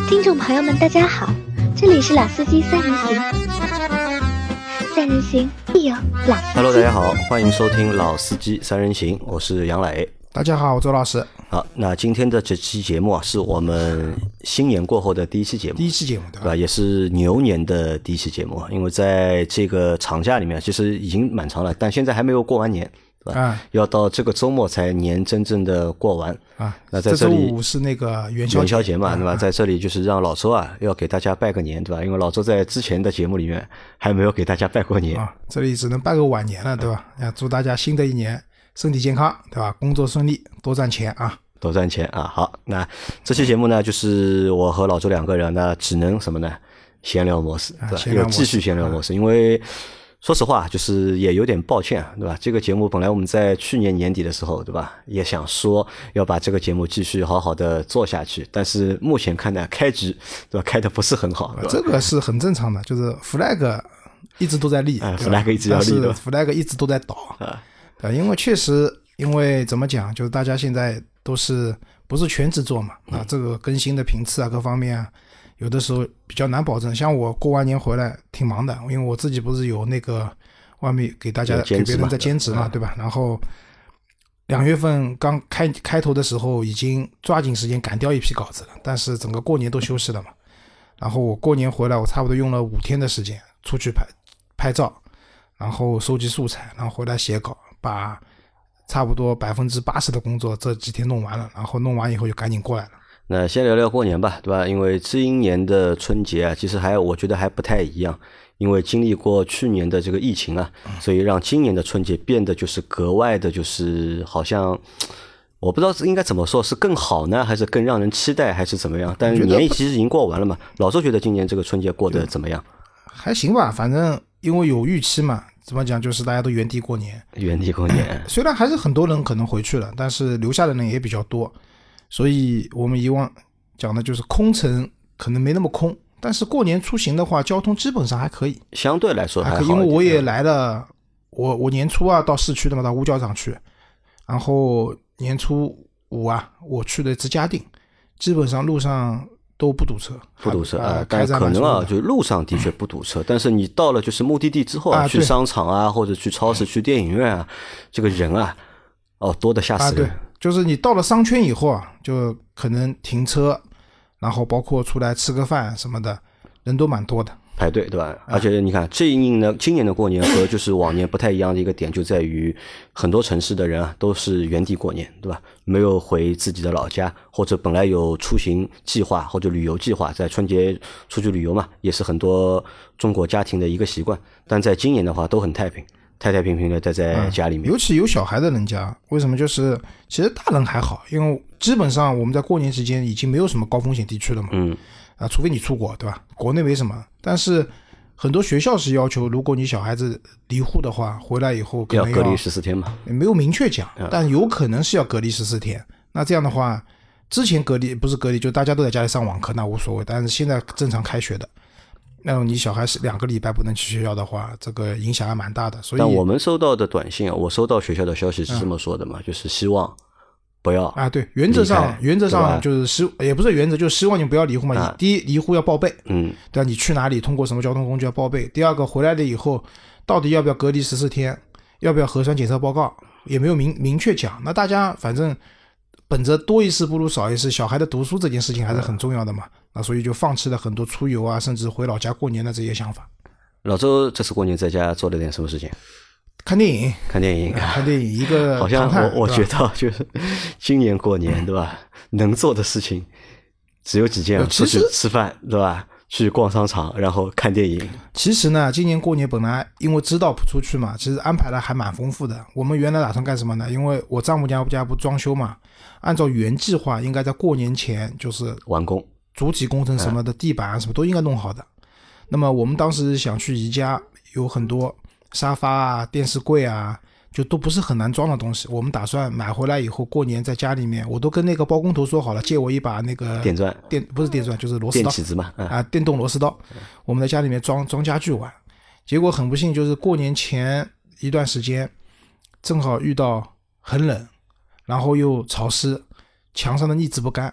听众朋友们，大家好，这里是老司机三人行，三人行必有老司机。 Hello， 大家好，欢迎收听老司机三人行，我是杨磊。 大家好，我周老师。 好，那今天的这期节目啊，是我们新年过后的第一期节目，对吧？也是牛年的第一期节目，因为在这个长假里面，其实已经蛮长了，但现在还没有过完年。要到这个周末才年真正的过完啊！ 那在这里周五是那个元宵节嘛，对吧？在这里就是让老周啊，要给大家拜个年，对吧？因为老周在之前的节目里面还没有给大家拜过年啊，这里只能拜个晚年了，对吧？祝大家新的一年身体健康，对吧？工作顺利，多赚钱啊！ 多赚钱啊！好，那这期节目呢，就是我和老周两个人呢，只能什么呢？闲聊模式，对吧？要继续闲聊模式，因为说实话，就是也有点抱歉，对吧？这个节目本来我们在去年年底的时候，对吧，也想说要把这个节目继续好好的做下去，但是目前看呢，开局对吧，开的不是很好， 这个是很正常的，就是 flag 一直都在立 ，flag 一直要立的 ，flag 一直都在倒对，因为确实，因为怎么讲，就是大家现在都是不是全职做嘛，这个更新的频次啊，各方面啊。有的时候比较难保证，像我过完年回来挺忙的，因为我自己不是有那个外面给大家给别人在兼职嘛，对吧？然后2月份刚开头的时候已经抓紧时间赶掉一批稿子了，但是整个过年都休息了嘛。然后我过年回来，我差不多用了5天的时间出去拍照，然后收集素材，然后回来写稿，把差不多80%的工作这几天弄完了，然后弄完以后就赶紧过来了。 那先聊聊过年吧，对吧？因为今年的春节啊，其实我觉得还不太一样，因为经历过去年的这个疫情啊，所以让今年的春节变得就是格外的，就是好像我不知道应该怎么说，是更好呢，还是更让人期待，还是怎么样？但年其实已经过完了嘛。老周觉得今年这个春节过得怎么样？ 还行吧，反正因为有预期嘛，怎么讲就是大家都原地过年。虽然还是很多人可能回去了，但是留下的人也比较多。所以我们以往讲的就是空城可能没那么空，但是过年出行的话，交通基本上还可以， 相对来说还好一点。因为我也来了，我年初啊到市区的嘛，到乌角场去，然后年初5啊我去的一次嘉定，基本上路上都不堵车但可能啊，就路上的确不堵车，但是你到了就是目的地之后啊，去商场啊，或者去超市、去电影院啊，这个人啊，多得吓死人。 对，就是你到了商圈以后啊，就可能停车，然后包括出来吃个饭什么的，人都蛮多的， 排队，对吧？而且你看，今年的过年和就是往年不太一样的一个点，就在于很多城市的人啊，都是原地过年，对吧？没有回自己的老家，或者本来有出行计划或者旅游计划，在春节出去旅游嘛，也是很多中国家庭的一个习惯。但在今年的话，都很太平。太平平的待在家里面， 尤其有小孩的人家，为什么？就是其实大人还好，因为基本上我们在过年期间已经没有什么高风险地区了嘛，除非你出国，对吧？国内没什么，但是很多学校是要求，如果你小孩子离户的话，回来以后可能要隔离14天嘛， 没有明确讲，但有可能是要隔离14天。那这样的话，之前不是隔离，就大家都在家里上网课，那无所谓。但是现在正常开学的。那你小孩是2个礼拜不能去学校的话，这个影响还蛮大的。所以， 但我们收到的短信啊，我收到学校的消息是这么说的嘛，就是希望不要啊，对，原则上就是也不是原则，就是希望你不要离户嘛。第一，离户要报备，对吧？你去哪里，通过什么交通工具要报备。第二个，回来了以后，到底要不要隔离14天，要不要核酸检测报告，也没有明确讲。那大家反正本着多一事不如少一事，小孩的读书这件事情还是很重要的嘛。那所以就放弃了很多出游啊，甚至回老家过年的这些想法。 老周这次过年在家做了点什么事情？ 看电影，一个好像我觉得就是今年过年对吧？能做的事情只有几件，出去吃饭对吧？去逛商场，然后看电影。 其实呢，今年过年本来因为知道不出去嘛，其实安排的还蛮丰富的。我们原来打算干什么呢？因为我丈母家不装修嘛，按照原计划应该在过年前就是完工。 主体工程什么的，地板啊什么都应该弄好的。那么我们当时想去宜家，有很多沙发啊、电视柜啊，就都不是很难装的东西。我们打算买回来以后，过年在家里面，我都跟那个包工头说好了，借我一把那个不是电钻，就是螺丝刀， 电起子嘛， 电动螺丝刀。我们在家里面装家具玩。结果很不幸，就是过年前一段时间，正好遇到很冷，然后又潮湿，墙上的腻子不干。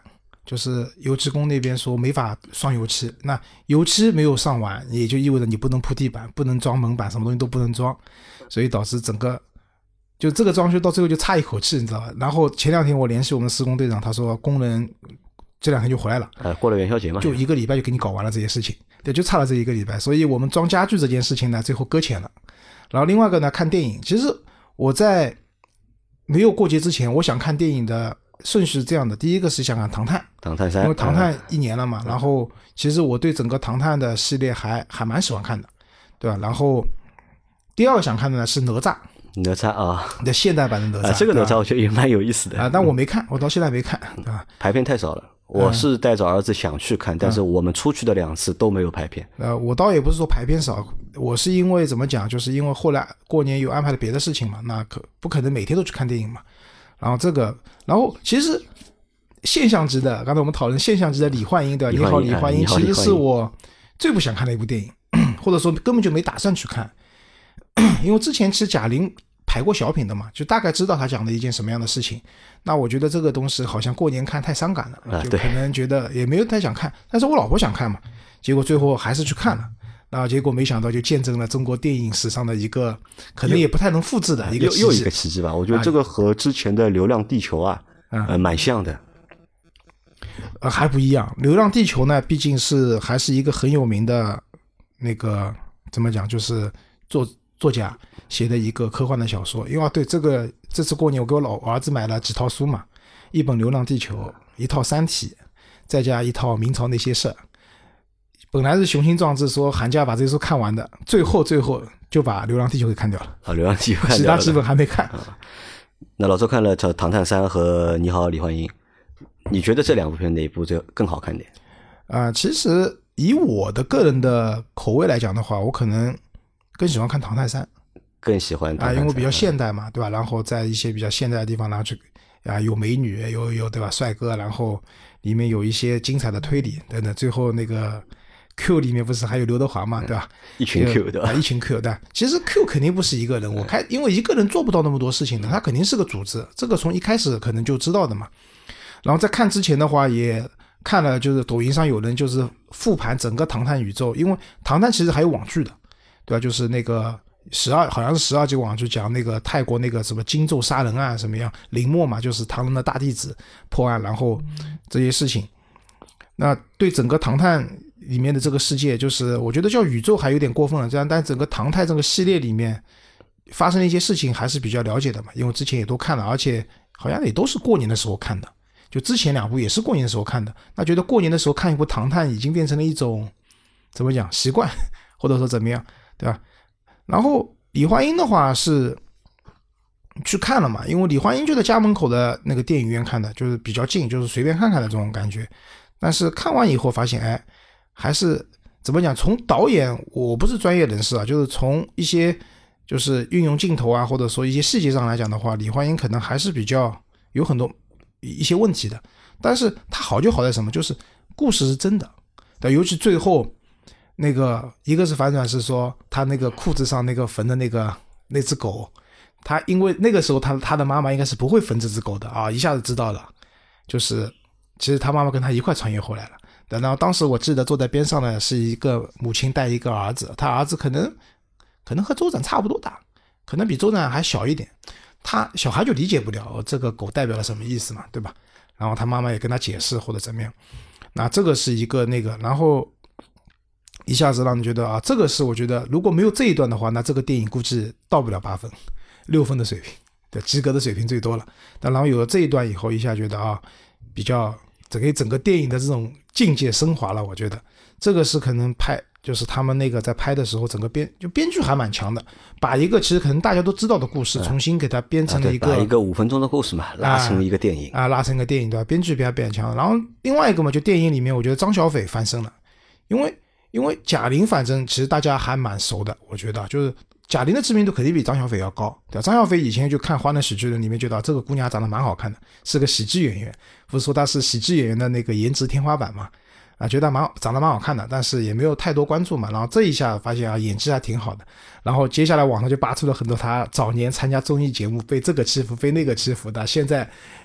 就是油漆工那边说没法上油漆，那油漆没有上完，也就意味着你不能铺地板，不能装门板，什么东西都不能装，所以导致整个就这个装修到最后就差一口气，你知道吧？然后前2天我联系我们施工队长，他说工人这2天就回来了， 过了元宵节嘛， 就1个礼拜就给你搞完了这些事情，对，就差了这1个礼拜，所以我们装家具这件事情呢，最后搁浅了。然后另外一个呢，看电影，其实我在没有过节之前，我想看电影的顺序是这样的：第一个是想看《唐探》 3， 因为《唐探》1年了嘛，然后其实我对整个《唐探》的系列还蛮喜欢看的，对吧？然后第二个想看的呢是哪吒啊， 的现代版的哪吒， 这个哪吒我觉得也蛮有意思的但我没看，我到现在没看，对吧？ 排片太少了。我是带着儿子想去看，但是我们出去的2次都没有排片。 我倒也不是说排片少，我是因为怎么讲，就是因为后来过年有安排了别的事情嘛，那不可能每天都去看电影嘛。然后其实现象级的，刚才我们讨论现象级的李焕英，对吧？你好，李焕英，其实是我最不想看的一部电影，或者说根本就没打算去看，因为之前其实贾玲排过小品的嘛，就大概知道他讲的一件什么样的事情。那我觉得这个东西好像过年看太伤感了，就可能觉得也没有太想看。但是我老婆想看嘛，结果最后还是去看了。然后结果没想到就见证了中国电影史上的一个可能也不太能复制的一个奇迹， 又一个奇迹吧。我觉得这个和之前的《流浪地球》蛮像的。 还不一样。《流浪地球》呢，毕竟还是一个很有名的那个怎么讲，就是作家写的一个科幻的小说。因为对这次过年我给我老儿子买了几套书嘛，一本《流浪地球》，一套《三体》，再加一套《明朝那些事》。本来是雄心壮志说寒假把这些书看完的，最后就把《流浪地球》给看掉了。 流浪地球看掉了， 其他基本还没看。 那老周看了《唐探3》和《你好，李焕英》，你觉得这2部片哪一部就更好看点？ 其实以我的个人的口味来讲的话，我可能更喜欢看《唐探3》， 更喜欢唐探3， 因为比较现代嘛，对吧？然后在一些比较现代的地方，然后去有美女，有对吧？帅哥，然后里面有一些精彩的推理等等，最后那个 Q 里面不是还有刘德华嘛，对吧？ 一群 Q 对吧？ 一群 Q 对。其实 Q 肯定不是一个人，因为一个人做不到那么多事情的，他肯定是个组织，这个从一开始可能就知道的嘛。然后在看之前的话，也看了，就是抖音上有人就是复盘整个唐探宇宙，因为唐探其实还有网剧的，对吧？就是那个好像是12集网剧，讲那个泰国那个什么金咒杀人案什么样，林默嘛，就是唐人的大弟子破案，然后这些事情。那对整个唐探里面的这个世界，就是我觉得叫宇宙还有点过分了，这样，但整个唐探这个系列里面发生的一些事情还是比较了解的嘛，因为之前也都看了，而且好像也都是过年的时候看的，就之前2部也是过年的时候看的。那觉得过年的时候看一部唐探已经变成了一种怎么讲习惯，或者说怎么样，对吧？然后李焕英的话是去看了嘛，因为李焕英就在家门口的那个电影院看的，就是比较近，就是随便看看的这种感觉。但是看完以后发现，还是怎么讲？从导演，我不是专业人士啊，就是从一些就是运用镜头啊，或者说一些细节上来讲的话，李焕英可能还是比较有很多一些问题的。但是它好就好在什么？就是故事是真的，对，尤其最后那个一个是反转，是说他那个裤子上那个缝的那只狗，他因为那个时候他的妈妈应该是不会缝这只狗的啊，一下子知道了，就是其实他妈妈跟他一块穿越回来了。然后当时我记得坐在边上的是一个母亲带一个儿子，他儿子可能和周展差不多大，可能比周展还小一点，他小孩就理解不了这个狗代表了什么意思嘛，对吧？然后他妈妈也跟他解释或者怎么样，那这个是一个那个，然后一下子让你觉得这个是我觉得如果没有这一段的话，那这个电影估计到不了8分，6分的水平，对，及格的水平最多了。但然后有了这一段以后，一下觉得比较整个电影的这种境界升华了，我觉得这个是可能就是他们那个在拍的时候，整个编剧还蛮强的，把一个其实可能大家都知道的故事，重新给它编成了一个把一个5分钟的故事嘛，拉成一个电影拉成一个电影，对吧？编剧比较强。然后另外一个嘛，就电影里面我觉得张小斐翻身了，因为贾玲反正其实大家还蛮熟的，我觉得就是贾玲的知名度肯定比张小斐要高，对吧？张小斐以前就看《欢乐喜剧人》里面觉得这个姑娘长得蛮好看的，是个喜剧演员，不是说她是喜剧演员的那个颜值天花板嘛，觉得长得蛮好看的，但是也没有太多关注嘛。然后这一下发现演技还挺好的，然后接下来网上就扒出了很多她早年参加综艺节目被这个欺负被那个欺负的，现在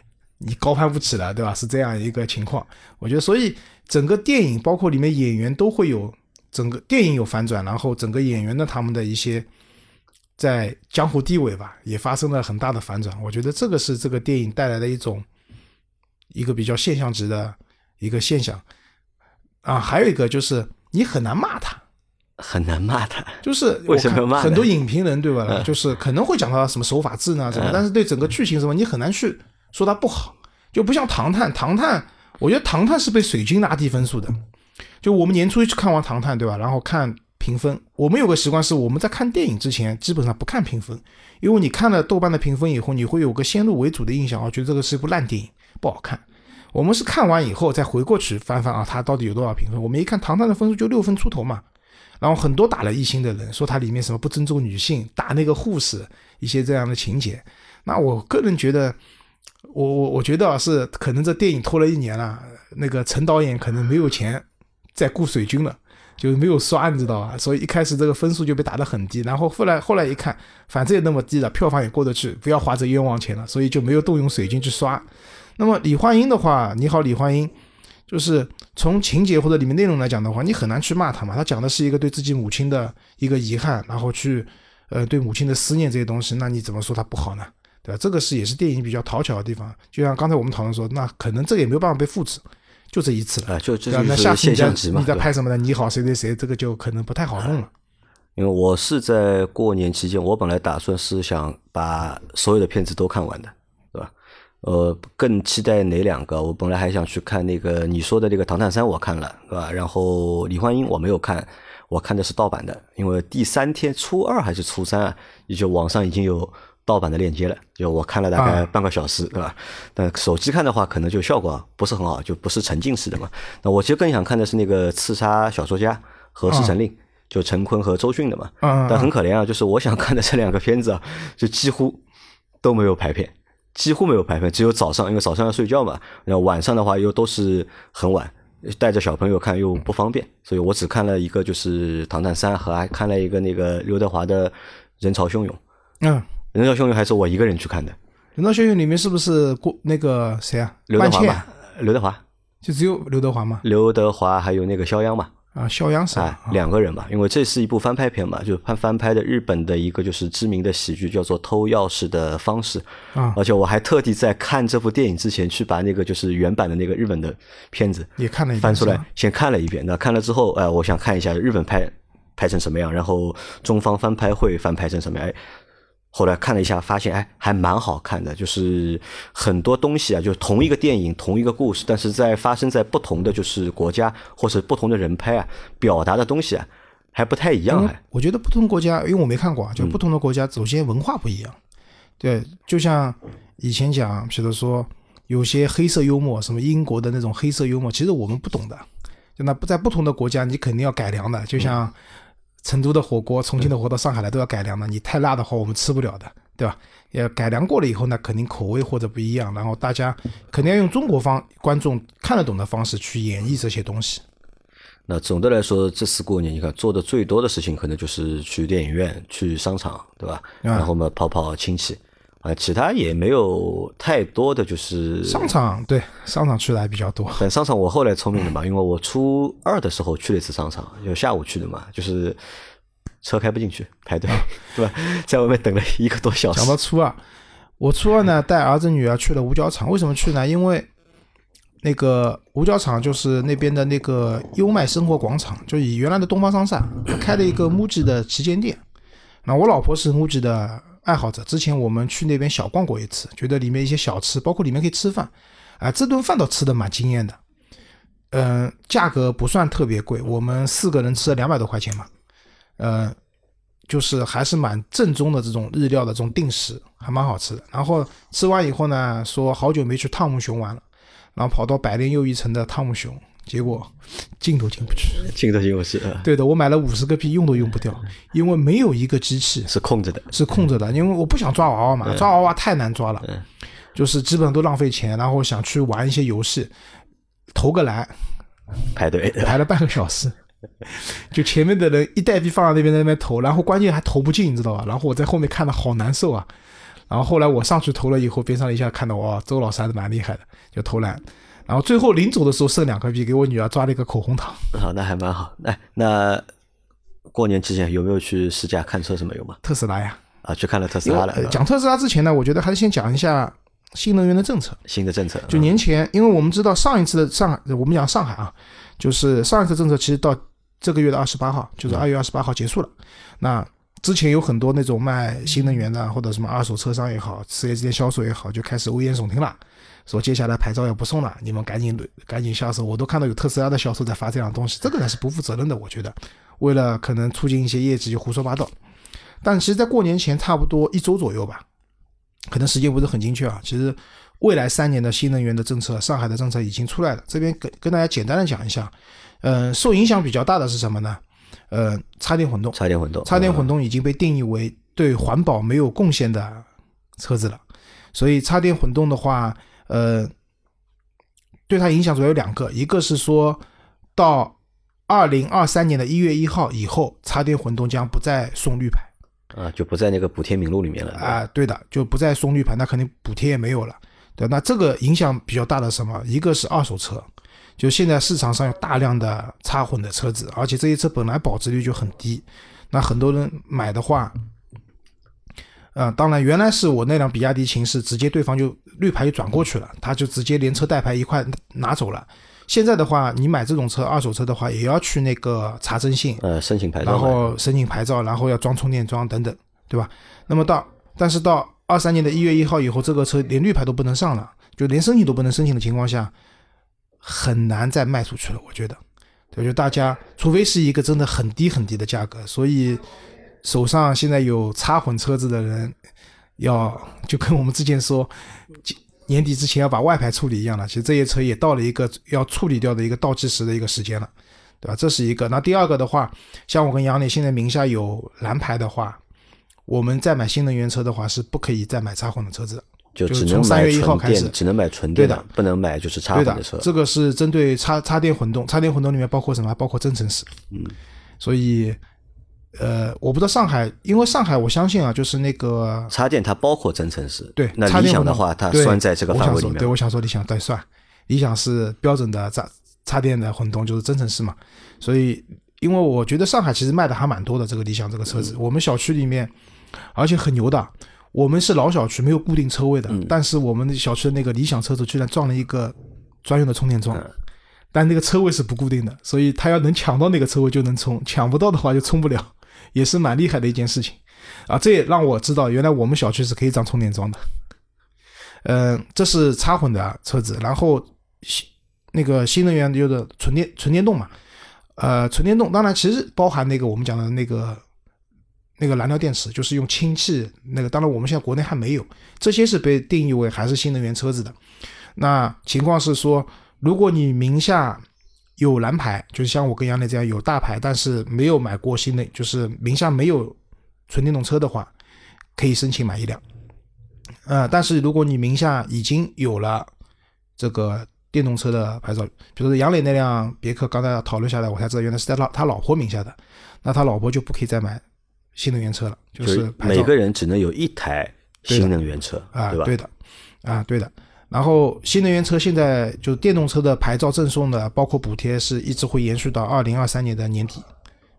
你高攀不起了，对吧？是这样一个情况。我觉得，所以整个电影包括里面演员都会有，整个电影有反转，然后整个演员的他们的一些在江湖地位吧，也发生了很大的反转。我觉得这个是这个电影带来的一个比较现象级的一个现象啊。还有一个就是你很难骂他。 很难骂他， 就是为什么要骂呢？ 很多影评人对吧？就是可能会讲到什么手法智呢什么，但是对整个剧情什么，你很难去说它不好。就不像唐探，我觉得唐探是被水军拉低分数的。就我们年初去看完唐探对吧？然后看评分，我们有个习惯是我们在看电影之前基本上不看评分，因为你看了豆瓣的评分以后，你会有个先入为主的印象，觉得这个是一部烂电影，不好看。我们是看完以后再回过去翻翻它到底有多少评分。我们一看唐探的分数就6分出头嘛。然后很多打了1星的人说它里面什么不尊重女性，打那个护士，一些这样的情节。那我个人觉得，我觉得是可能这电影拖了1年了，那个陈导演可能没有钱再雇水军了，就没有刷，你知道吧？所以一开始这个分数就被打得很低，然后后来一看，反正也那么低了，票房也过得去，不要花这冤枉钱了，所以就没有动用水军去刷。那么李焕英的话，你好李焕英。就是从情节或者里面内容来讲的话，你很难去骂他嘛。他讲的是一个对自己母亲的一个遗憾，然后去对母亲的思念这些东西，那你怎么说他不好呢？对吧？这个也是电影比较讨巧的地方。就像刚才我们讨论说，那可能这个也没有办法被复制，就这一次了。 就这那下次你再拍什么呢？你好谁谁谁，这个就可能不太好弄了。 因为我是在过年期间，我本来打算是想把所有的片子都看完的，对吧？更期待哪2个？我本来还想去看那个你说的这个《唐探3》，我看了，对吧？然后李焕英我没有看，我看的是盗版的，因为第3天初2还是初3啊，也就网上已经有盗版的链接了，就我看了大概半个小时，对吧？但手机看的话，可能就效果不是很好，就不是沉浸式的嘛。那我其实更想看的是那个刺杀小说家和侍陈令，就陈坤和周迅的嘛。但很可怜啊，就是我想看的这2个片子啊，就几乎都没有排片。几乎没有排片，只有早上，因为早上要睡觉嘛，然后晚上的话又都是很晚，带着小朋友看又不方便，所以我只看了一个就是《唐探3》和还看了一个那个刘德华的《人潮汹涌》。人潮汹涌还是我一个人去看的。 人潮汹涌里面是不是那个谁啊？ 刘德华吧？刘德华就只有刘德华吗？ 刘德华还有那个肖央嘛。 肖央是吧 ？2个人吧，因为这是一部翻拍片嘛，就翻拍的日本的一个就是知名的喜剧，叫做《偷钥匙的方式》而且我还特地在看这部电影之前去把那个就是原版的那个日本的片子也看了一遍， 翻出来先看了一遍。那看了之后，我想看一下日本拍成什么样，然后中方翻拍会翻拍成什么样。后来看了一下，发现还蛮好看的，就是很多东西啊，就同一个电影同一个故事，但是发生在不同的就是国家或者不同的人拍啊，表达的东西啊还不太一样。 我觉得不同国家，因为我没看过，就不同的国家首先文化不一样。对，就像以前讲，比如说有些黑色幽默，什么英国的那种黑色幽默，其实我们不懂的。就那在不同的国家，你肯定要改良的，就像成都的火锅，重庆的火锅到上海来都要改良的，你太辣的话我们吃不了的，对吧？也改良过了以后呢，肯定口味或者不一样，然后大家肯定要用中国观众看得懂的方式去演绎这些东西。 那总的来说，这次过年你看做的最多的事情，可能就是去电影院、去商场，对吧？然后嘛，跑跑亲戚其他也没有太多的就是商场，对，商场去的还比较多。 但商场我后来聪明了嘛，因为我初2的时候去了一次商场，就下午去的嘛，就是车开不进去，排队，对吧？在外面等了1个多小时。 讲到初2，我初2呢带儿子女儿去了五角场，为什么去呢？因为那个五角场就是那边的那个优麦生活广场，就以原来的东方商厦开了一个 MUJI 的旗舰店。那我老婆是 MUJI 的爱好者，之前我们去那边小逛过一次，觉得里面一些小吃，包括里面可以吃饭这顿饭都吃得蛮惊艳的。价格不算特别贵，我们4个人吃了200多块钱嘛。就是还是蛮正宗的这种日料的这种定食，还蛮好吃的。然后吃完以后呢，说好久没去汤姆熊玩了，然后跑到百炼又一城的汤姆熊，结果进都进不去。 进都进不去。 对的，我买了50个币，用都用不掉，因为没有一个机器是空着的， 因为我不想抓娃娃嘛，抓娃娃太难抓了，就是基本上都浪费钱，然后想去玩一些游戏，投个篮， 排队排了半个小时。就前面的人一袋币放在那边投，然后关键还投不进，你知道吧？然后我在后面看了好难受啊。 然后后来我上去投了以后，边上一下看到哇，周老师还是蛮厉害的，就投篮。然后最后临走的时候剩2颗币，给我女儿抓了一个口红糖。 那还蛮好。那过年期间有没有去试驾看车什么有吗？ 特斯拉呀。 去看了特斯拉了。 讲特斯拉之前呢，我觉得还是先讲一下新能源的政策。 新的政策， 就年前，因为我们知道上一次的上海，我们讲上海啊，就是上一次政策其实到这个月的28号，就是2月28号结束了。那之前有很多那种卖新能源的或者什么二手车商也好，4S店销售也好，就开始危言耸听了，说接下来牌照要不送了，你们赶紧下手。我都看到有特斯拉的销售在发这样的东西，这个呢是不负责任的，我觉得为了可能促进一些业绩就胡说八道。但其实在过年前差不多1周左右吧，可能时间不是很精确啊，其实未来3年的新能源的政策，上海的政策已经出来了。这边跟大家简单的讲一下，受影响比较大的是什么呢？插电混动。插电混动已经被定义为对环保没有贡献的车子了。所以插电混动的话，对它影响主要有2个，一个是说到2023年的1月1号以后，插电混动将不再送绿牌。 就不在那个补贴名录里面了。 对的，就不再送绿牌，那肯定补贴也没有了。对，那这个影响比较大的是什么？一个是二手车，就现在市场上有大量的插混的车子，而且这些车本来保值率就很低，那很多人买的话，当然原来是我那辆比亚迪秦是直接对方就绿牌就转过去了，他就直接连车带牌一块拿走了。现在的话，你买这种车二手车的话，也要去那个查征信， 申请牌照， 然后申请牌照，然后要装充电桩等等，对吧？那么但是到23年的1月1号以后，这个车连绿牌都不能上了，就连申请都不能申请的情况下，很难再卖出去了，我觉得。对，就大家除非是一个真的很低很低的价格，所以手上现在有插混车子的人，就跟我们之前说年底之前要把外牌处理一样了，其实这些车也到了一个要处理掉的一个倒计时的一个时间了，对吧？这是一个。那第二个的话，像我跟杨磊现在名下有蓝牌的话，我们再买新能源车的话是不可以再买插混的车子的， 就只能从3月1号开始， 只能买纯电的，不能买就是插混的车。 这个是针对插电混动，插电混动里面包括什么？包括增程式。所以我不知道上海，因为上海我相信啊，就是那个插电它包括增程式， 对， 那理想的话它算在这个范围里面。 对，我想说理想对算，理想是标准的插电的混动，就是增程式嘛。所以因为我觉得上海其实卖的还蛮多的，这个理想这个车子，我们小区里面而且很牛的，我们是老小区没有固定车位的，但是我们小区的那个理想车主居然装了一个专用的充电桩。但那个车位是不固定的，所以他要能抢到那个车位就能充，抢不到的话就充不了，也是蛮厉害的一件事情啊！这也让我知道原来我们小区是可以装充电桩的。这是插混的车子，然后那个新能源就是纯电动嘛，纯电动当然其实包含那个我们讲的那个燃料电池，就是用氢气那个，当然我们现在国内还没有，这些是被定义为还是新能源车子的。那情况是说，如果你名下有蓝牌，就是像我跟杨磊这样有大牌，但是没有买过新的，就是名下没有纯电动车的话，可以申请买一辆。但是如果你名下已经有了这个电动车的牌照，比如说杨磊那辆别克，刚才讨论下来我才知道原来是在他老婆名下的，那他老婆就不可以再买新能源车了，就是每个人只能有1台新能源车，对吧？ 对的。然后新能源车现在就电动车的牌照赠送的包括补贴是一直会延续到2023年的年底。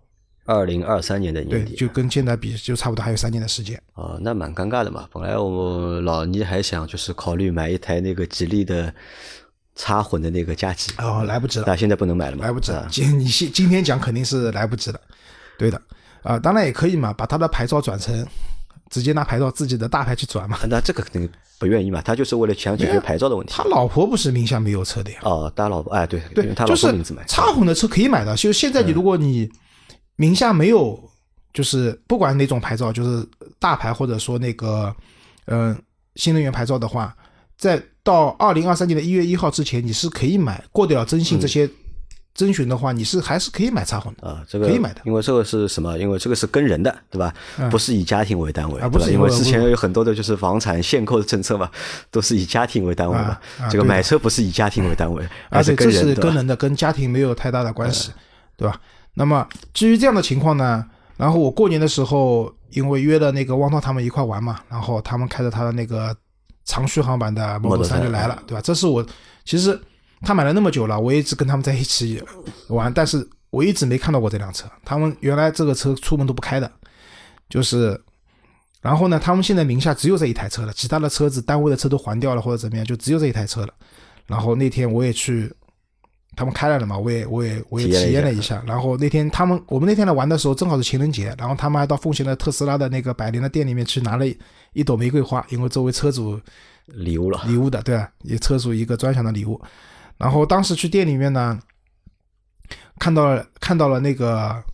2023年的年底， 对，就跟现在比就差不多还有3年的时间。 那蛮尴尬的嘛。本来我老倪还想就是考虑买一台那个吉利的插混的那个加级， 来不及了。 那现在不能买了嘛？ 来不及了。你今天讲肯定是来不及了。对的，当然也可以嘛，把他的牌照转成直接拿牌照自己的大牌去转嘛。 那这个肯定不愿意嘛，他就是为了想解决牌照的问题。 他老婆不是名下没有车的呀？ 他老婆对，因为他老婆名字买。 就是插混的车可以买的，就是现在如果你名下没有，就是不管哪种牌照，就是大牌或者说那个新能源牌照的话，在到2023年的1月1号之前，你是可以买，过得了征信这些征询的话，你是还是可以买插混的这个可以买的。 因为这个是什么？因为这个是跟人的，对吧？不是以家庭为单位， 不是因为之前有很多的就是房产限购的政策嘛，都是以家庭为单位嘛。这个买车不是以家庭为单位，而是跟人的， 这是跟人的，跟家庭没有太大的关系，对吧？那么至于这样的情况呢，然后我过年的时候因为约了那个汪涛他们一块玩嘛，然后他们开着他的那个长续航版的 Model 3就来了，对吧？这是我其实他买了那么久了，我一直跟他们在一起玩，但是我一直没看到过这辆车。他们原来这个车出门都不开的，就是然后呢，他们现在名下只有这一台车了，其他的车子单位的车都还掉了或者怎么样，就只有这一台车了。然后那天我也去，他们开来了嘛，我也体验了一下。然后那天我们那天来玩的时候正好是情人节，然后他们还到奉贤的特斯拉的那个百联的店里面去拿了一朵玫瑰花，因为作为车主礼物的，对吧？也车主一个专享的礼物。然后当时去店里面呢，看到了那个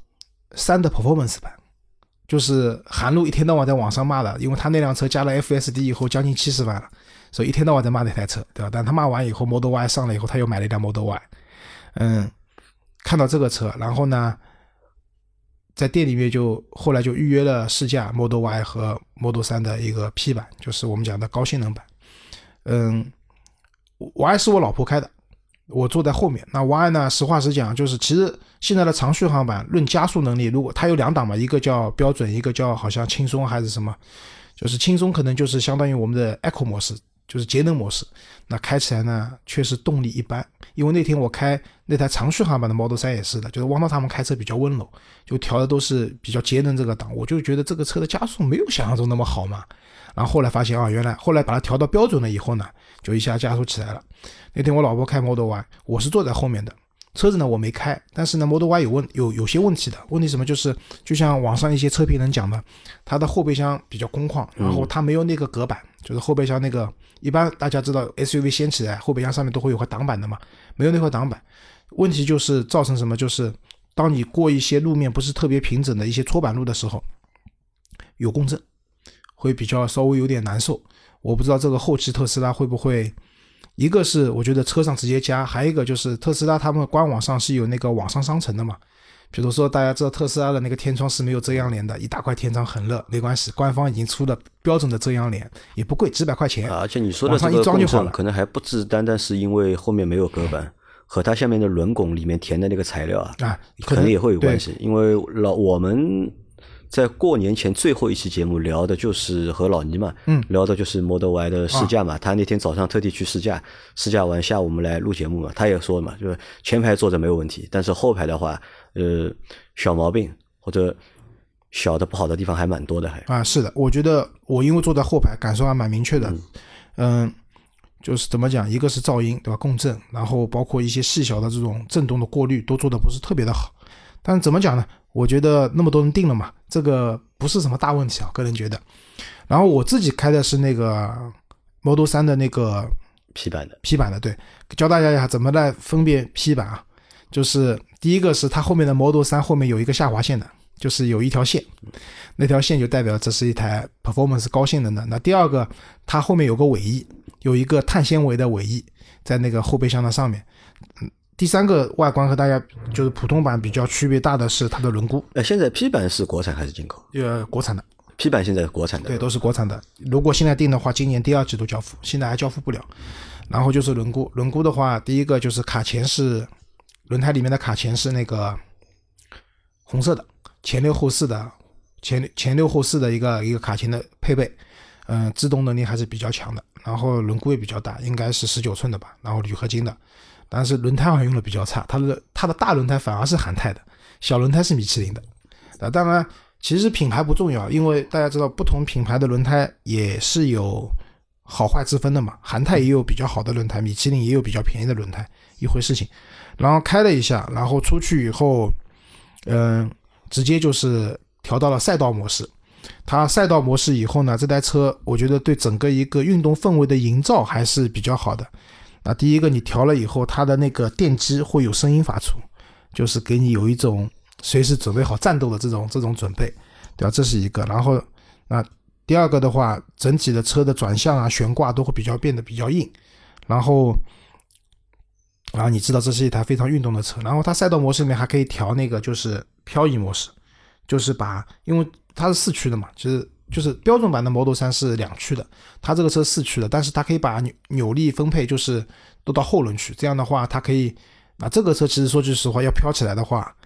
3的 Performance 版，就是韩露一天到晚在网上骂的，因为他那辆车加了 FSD 以后将近70万了，所以一天到晚在骂那台车，对吧？但他骂完以后 Model Y 上了以后，他又买了一辆 Model Y。看到这个车，然后呢在店里面后来就预约了试驾 Model Y 和 Model 3的一个 P 版，就是我们讲的高性能版。Y 是我老婆开的，我坐在后面。那 Y 呢，实话实讲，就是其实现在的长续航版论加速能力，如果它有2档嘛，一个叫标准，一个叫好像轻松还是什么，就是轻松可能就是相当于我们的 Eco 模式，就是节能模式。那开起来呢确实动力一般，因为那天我开那台长续航版的 Model 3也是的，就是汪涛他们开车比较温柔，就调的都是比较节能这个档，我就觉得这个车的加速没有想象中那么好嘛。然后后来发现原来后来把它调到标准了以后呢，就一下加速起来了。那天我老婆开 Model Y， 我是坐在后面的，车子呢我没开，但是呢 Model Y 有些问题的。问题什么？就是就像网上一些车评人讲的，它的后备箱比较空旷，然后它没有那个隔板，就是后备箱那个一般大家知道 SUV 掀起来后备箱上面都会有块挡板的嘛，没有那块挡板。问题就是造成什么？就是当你过一些路面不是特别平整的一些搓板路的时候，有共振，会比较稍微有点难受。我不知道这个后期特斯拉会不会，一个是我觉得车上直接加，还有一个就是特斯拉他们官网上是有那个网上商城的嘛，比如说大家知道特斯拉的那个天窗是没有遮阳帘的，一大块天窗很热，没关系，官方已经出了标准的遮阳帘，也不贵，几百块钱， 而且你说的这个共振可能还不只单单是因为后面没有隔板，和它下面的轮拱里面填的那个材料可能也会有关系。因为我们在过年前最后一期节目聊的就是和老倪嘛，聊的就是 Model Y 的试驾嘛，他那天早上特地去试驾完下午我们来录节目嘛，他也说嘛，就是前排坐着没有问题，但是后排的话小毛病或者小的不好的地方还蛮多的还。 是的，我觉得我因为坐在后排感受还蛮明确的。就是怎么讲，一个是噪音，对吧？共振，然后包括一些细小的这种震动的过滤都做的不是特别的好。但是怎么讲呢？我觉得那么多人定了嘛，这个不是什么大问题个人觉得。然后我自己开的是那个 Model 3的那个 P 版的，对，教大家一下怎么来分辨 P 版就是第一个是它后面的 Model 3后面有一个下划线的，就是有一条线，那条线就代表这是一台 performance 高性能的。那第二个，它后面有个尾翼，有一个碳纤维的尾翼在那个后备箱的上面。第三个外观和大家就是普通版比较区别大的是它的轮毂。 现在 P 版是国产还是进口？ 国产的。 P 版现在是国产的， 对，都是国产的。如果现在定的话，今年第2季度交付，现在还交付不了。然后就是轮毂的话，第一个就是卡钳是轮胎里面的卡钳是那个红色的，前六后四的，前六后四的一个卡钳的配备，制动能力还是比较强的。然后轮毂也比较大，应该是19寸的吧，然后铝合金的。但是轮胎好像用的比较差，它的大轮胎反而是韩泰的，小轮胎是米其林的。当然其实品牌不重要，因为大家知道不同品牌的轮胎也是有好坏之分的嘛，韩泰也有比较好的轮胎，米其林也有比较便宜的轮胎，一回事情。然后开了一下，然后出去以后直接就是调到了赛道模式。它赛道模式以后呢，这台车我觉得对整个一个运动氛围的营造还是比较好的。那第一个，你调了以后，它的那个电机会有声音发出，就是给你有一种随时准备好战斗的这种准备，对吧？这是一个。然后那第二个的话，整体的车的转向悬挂都会变得比较硬。然后你知道这是一台非常运动的车。然后它赛道模式里面还可以调那个就是漂移模式，就是因为它是4驱的嘛，就是标准版的 Model 3是2驱的，它这个车4驱的，但是它可以把扭力分配就是都到后轮去，这样的话它可以这个车其实说句实话要飘起来的话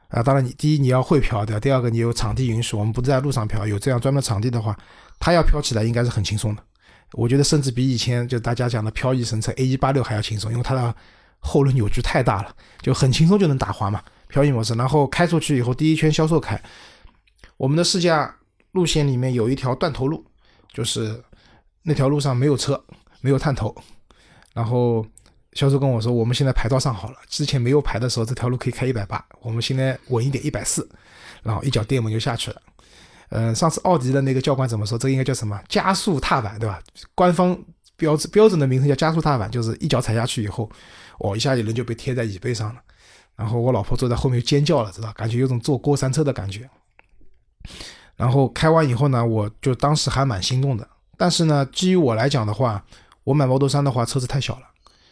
当然第一你要会漂，对吧？第二个你有场地允许，我们不在路上漂，有这样专门场地的话，它要漂起来应该是很轻松的。我觉得甚至比以前就大家讲的飘逸神车 A186 还要轻松，因为它的后轮扭矩太大了，就很轻松就能打滑嘛，漂移模式。然后开出去以后，第一圈销售开，我们的试驾路线里面有一条断头路，就是那条路上没有车，没有探头。然后销售跟我说，我们现在牌照上好了，之前没有牌的时候这条路可以开180，我们现在稳一点140，然后一脚电门就下去了。上次奥迪的那个教官怎么说？这个应该叫什么？加速踏板，对吧？官方标准的名称叫加速踏板，就是一脚踩下去以后，一下人就被贴在椅背上了。然后我老婆坐在后面尖叫了，知道？感觉有种坐过山车的感觉。然后开完以后呢，我就当时还蛮心动的。但是呢，基于我来讲的话，我买 Model 3的话，车子太小了。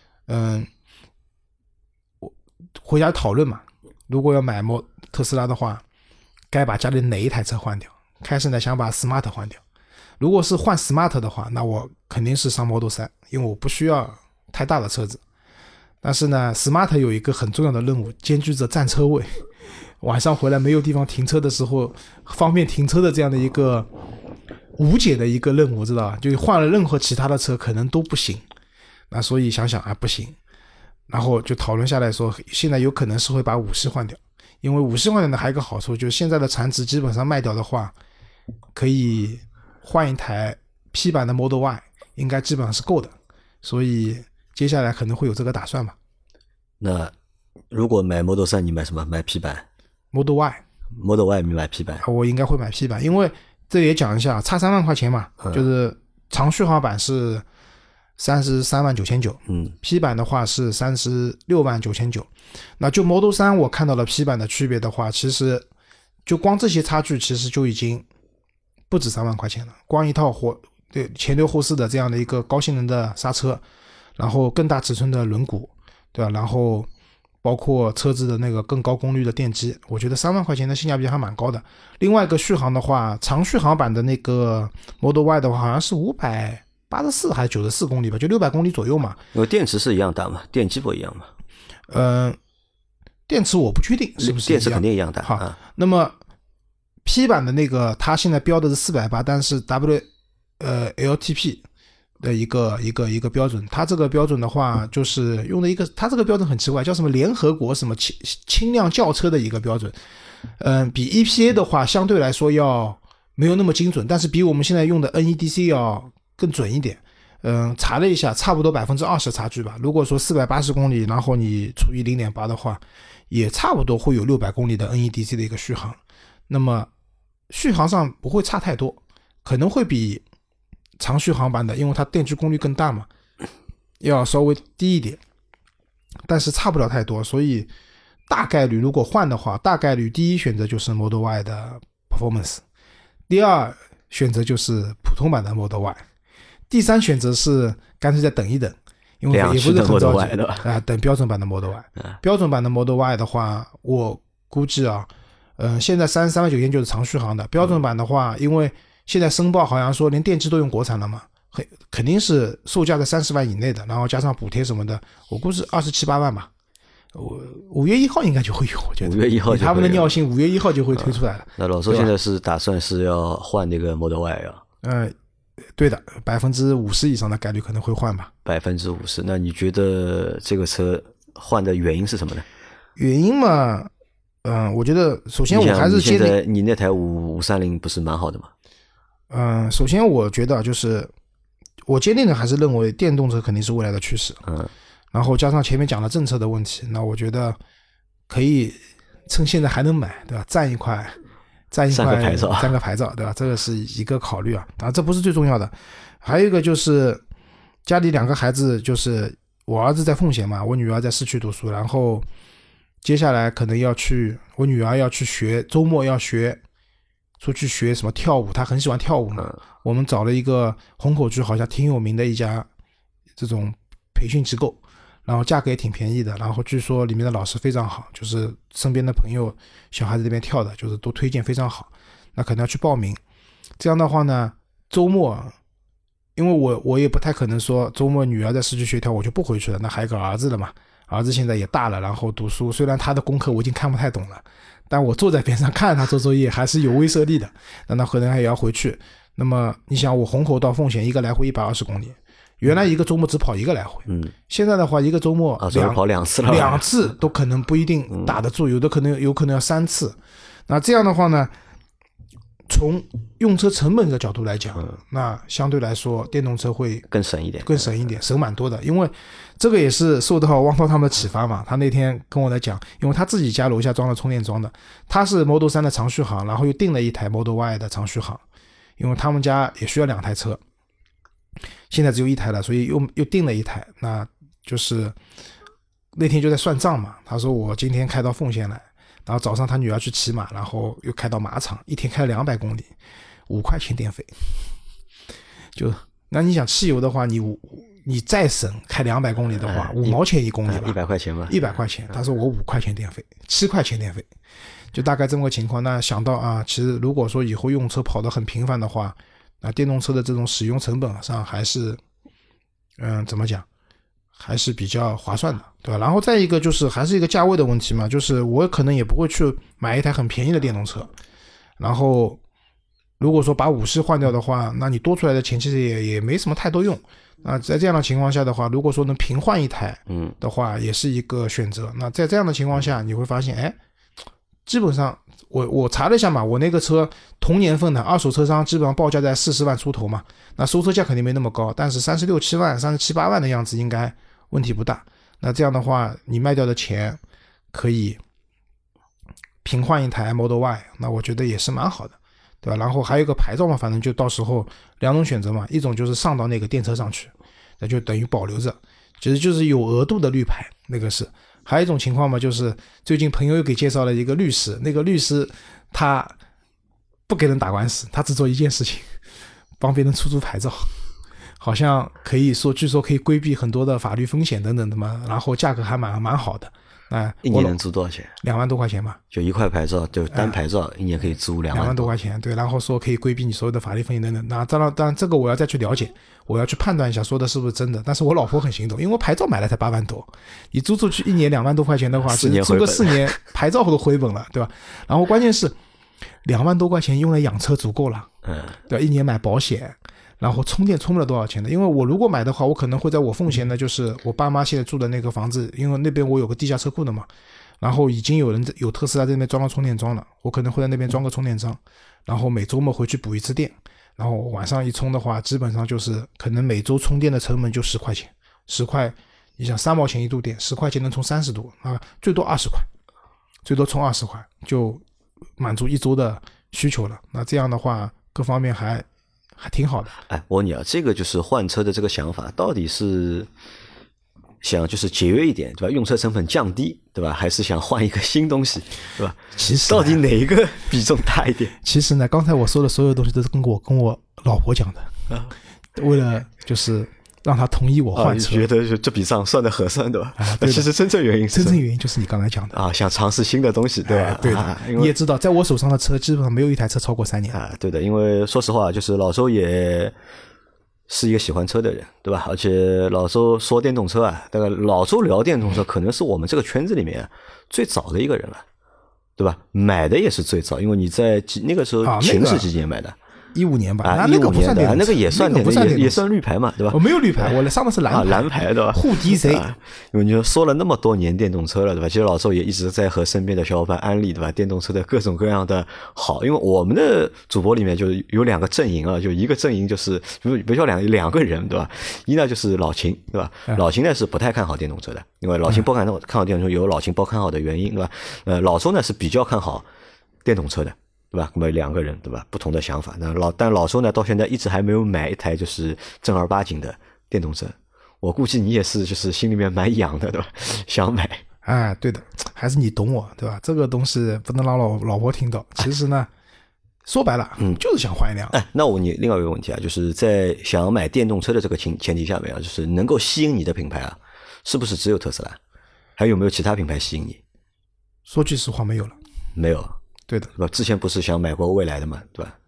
我回家讨论嘛，如果要买特斯拉的话，该把家里哪一台车换掉？开始呢想把 Smart 换掉。如果是换 Smart 的话，那我肯定是上 Model 3，因为我不需要太大的车子。但是呢 Smart 有一个很重要的任务，兼具着占车位。晚上回来没有地方停车的时候，方便停车的这样的一个无解的一个任务，知道吧？就换了任何其他的车可能都不行。那所以想想不行，然后就讨论下来说，现在有可能是会把5系换掉，因为5系换掉的还有一个好处，就是现在的残值基本上卖掉的话，可以换一台 P 版的 Model Y， 应该基本上是够的，所以接下来可能会有这个打算吧。 那如果买 Model 3，你买什么？买 P 版 ？Model Y。Model Y 你买 P 版？ 我应该会买 P 版，因为这也讲一下，差3万块钱嘛，就是长续航版是33万9,900，P 版的话是36万9,900。那就 Model 3我看到了 P 版的区别的话，其实就光这些差距其实就已经不止3万块钱了。光一套前六后四的这样的一个高性能的刹车，然后更大尺寸的轮毂，对吧？然后包括车子的那个更高功率的电机，我觉得3万块钱的性价比还蛮高的。另外一个续航的话，长续航版的那个 Model Y 的话好像是584还是94公里吧，就600公里左右嘛。 因为电池是一样大嘛，电机不一样嘛。 电池我不确定是不是一样， 电池肯定一样大。 好，那么 P 版的那个它现在标的是480，但是 LTP 的一个标准。它这个标准的话，就是用的一个，它这个标准很奇怪，叫什么联合国什么轻量轿车的一个标准。比 EPA 的话相对来说要没有那么精准，但是比我们现在用的 NEDC 要更准一点。查了一下，差不多20%差距吧。如果说480公里，然后你除以 0.8 的话，也差不多会有600公里的 NEDC 的一个续航。那么续航上不会差太多，可能会比长续航版的，因为它电机功率更大嘛，要稍微低一点，但是差不了太多。所以大概率如果换的话，大概率第一选择就是 Model Y 的 Performance， 第二选择就是普通版的 Model Y， 第三选择是干脆再等一等，因为也不是很着急等标准版的 Model Y。标准版的 Model Y 的话，我估计现在33万9,900就是长续航的。标准版的话，因为现在申报好像说连电机都用国产了嘛，肯定是售价在30万以内的，然后加上补贴什么的，我估计27、8万吧。5月1号应该就会有，我觉得 5月1号他们的尿性5月1号就会推出来了。 那老周现在是打算是要换那个 Model Y 啊？ 对的，50%以上的概率可能会换吧。 50%，那你觉得这个车换的原因是什么呢？ 原因嘛，我觉得首先我还是现在你那台530不是蛮好的吗？ 首先我觉得就是我坚定的还是认为电动车肯定是未来的趋势。然后加上前面讲的政策的问题，那我觉得可以趁现在还能买，对吧？占个牌照，对吧？这个是一个考虑啊。这不是最重要的，还有一个就是家里2个孩子，就是我儿子在奉贤嘛，我女儿在市区读书，然后接下来可能我女儿要去学，周末要出去学什么跳舞，她很喜欢跳舞嘛。我们找了一个虹口区好像挺有名的一家这种培训机构，然后价格也挺便宜的，然后据说里面的老师非常好，就是身边的朋友小孩子这边跳的，就是都推荐非常好，那可能要去报名。这样的话呢，周末因为我也不太可能说周末女儿在市区学跳我就不回去了，那还有个儿子了嘛， 儿子现在也大了，然后读书，虽然他的功课我已经看不太懂了，但我坐在边上看着他做作业还是有威慑力的。但他可能还要回去。那么你想，我虹口到奉贤一个来回120公里，原来一个周末只跑一个来回，现在的话一个周末跑2次了 ，2次都可能不一定打得住，有可能要3次。那这样的话呢，从用车成本的角度来讲，那相对来说电动车会更省一点， 省蛮多的。因为这个也是受到汪涛他们的启发嘛，他那天跟我来讲，因为他自己家楼下装了充电桩的，他是 Model 3的长续航，然后又订了一台 Model Y 的长续航，因为他们家也需要2台车，现在只有1台了，所以又订了1台。那就是那天就在算账嘛，他说我今天开到奉贤来，然后早上他女儿去骑马，然后又开到马场，一天开了200公里，5块钱电费。就那你想汽油的话，你再省开200公里的话，5毛钱1公里吧 ，100块钱吧 ，100块钱。他说我5块钱电费，7块钱电费，就大概这么个情况。那想到啊，其实如果说以后用车跑得很频繁的话，那电动车的这种使用成本上还是，怎么讲，还是比较划算的，对吧？然后再一个就是还是一个价位的问题嘛，就是我可能也不会去买一台很便宜的电动车，然后如果说把5系换掉的话，那你多出来的钱其实也没什么太多用。那在这样的情况下的话，如果说能平换一台的话，也是一个选择。那在这样的情况下，你会发现，基本上我查了一下嘛，我那个车同年份的二手车商基本上报价在40万出头嘛，那收车价肯定没那么高，但是36、7万、37、8万的样子应该问题不大。那这样的话，你卖掉的钱可以平换一台 Model Y， 那我觉得也是蛮好的，对吧？然后还有一个牌照嘛，反正就到时候2种选择嘛，一种就是上到那个电车上去，那就等于保留着，其实就是有额度的绿牌，那个是。还有一种情况嘛，就是最近朋友又给介绍了一个律师，那个律师他不给人打官司，他只做一件事情，帮别人出租牌照，好像可以说，据说可以规避很多的法律风险等等的嘛，然后价格还蛮好的。 一年能租多少钱 ？2万多块钱吧， 就1块牌照，就单牌照，一年可以租2万多块钱，对，然后说可以规避你所有的法律风险等等。那当然这个我要再去了解，我要去判断一下说的是不是真的。但是我老婆很心动，因为我牌照买了才8万多，你租出去一年2万多块钱的话，其实租个4年牌照都回本了，对吧？然后关键是2万多块钱用来养车足够了，对吧？一年买保险。然后充电充不了多少钱的，因为我如果买的话，我可能会在我奉贤的，就是我爸妈现在住的那个房子，因为那边我有个地下车库的嘛，然后已经有特斯拉在那边装了充电桩了，我可能会在那边装个充电桩，然后每周末回去补一次电，然后晚上一充的话，基本上就是可能每周充电的成本就10块钱，10块，你想3毛钱一度电，10块钱能充30度啊，最多20块，最多充20块就满足一周的需求了。那这样的话，各方面还挺好的。 我问你啊，这个就是换车的这个想法，到底是想就是节约一点，对吧？用车成本降低，对吧？还是想换一个新东西，对吧？ 其实到底哪一个比重大一点？ 其实呢，刚才我说的所有东西都是跟我老婆讲的，为了就是让他同意我换车， 觉得这笔账算得合算，对吧？其实真正原因就是你刚才讲的啊，想尝试新的东西，对吧？ 对的，你也知道，在我手上的车基本上没有一台车超过3年对的，因为说实话，就是老周也是一个喜欢车的人，对吧？而且老周说电动车这个老周聊电动车，可能是我们这个圈子里面最早的一个人了，对吧？买的也是最早，因为你在那个时候秦是几年买的 ？15年吧， 那个不算电动车， 那个也算电动车，也算绿牌嘛，对吧？ 我没有绿牌，我上的是蓝牌，对吧？ 沪 DC， 因为你说了那么多年电动车了，对吧？其实老周也一直在和身边的小伙伴安利，对吧？电动车的各种各样的好，因为我们的主播里面就有2个阵营啊，就一个阵营就是比如说两个人，对吧？一呢就是老秦，对吧？老秦呢是不太看好电动车的，因为老秦不看好电动车有老秦不看好的原因，对吧？老周呢是比较看好电动车的。对吧？那么2个人，对吧？不同的想法。但老周呢，到现在一直还没有买一台就是正儿八经的电动车。我估计你也是，就是心里面蛮痒的，对吧？想买。 对的，还是你懂我，对吧？这个东西不能让老婆听到。其实呢，说白了，就是想换一辆。 那我问你另外一个问题啊，就是在想买电动车的这个前提下面啊，就是能够吸引你的品牌啊，是不是只有特斯拉？还有没有其他品牌吸引你？ 说句实话，没有了。 没有。 对的， 之前不是想买过蔚来的嘛，对吧？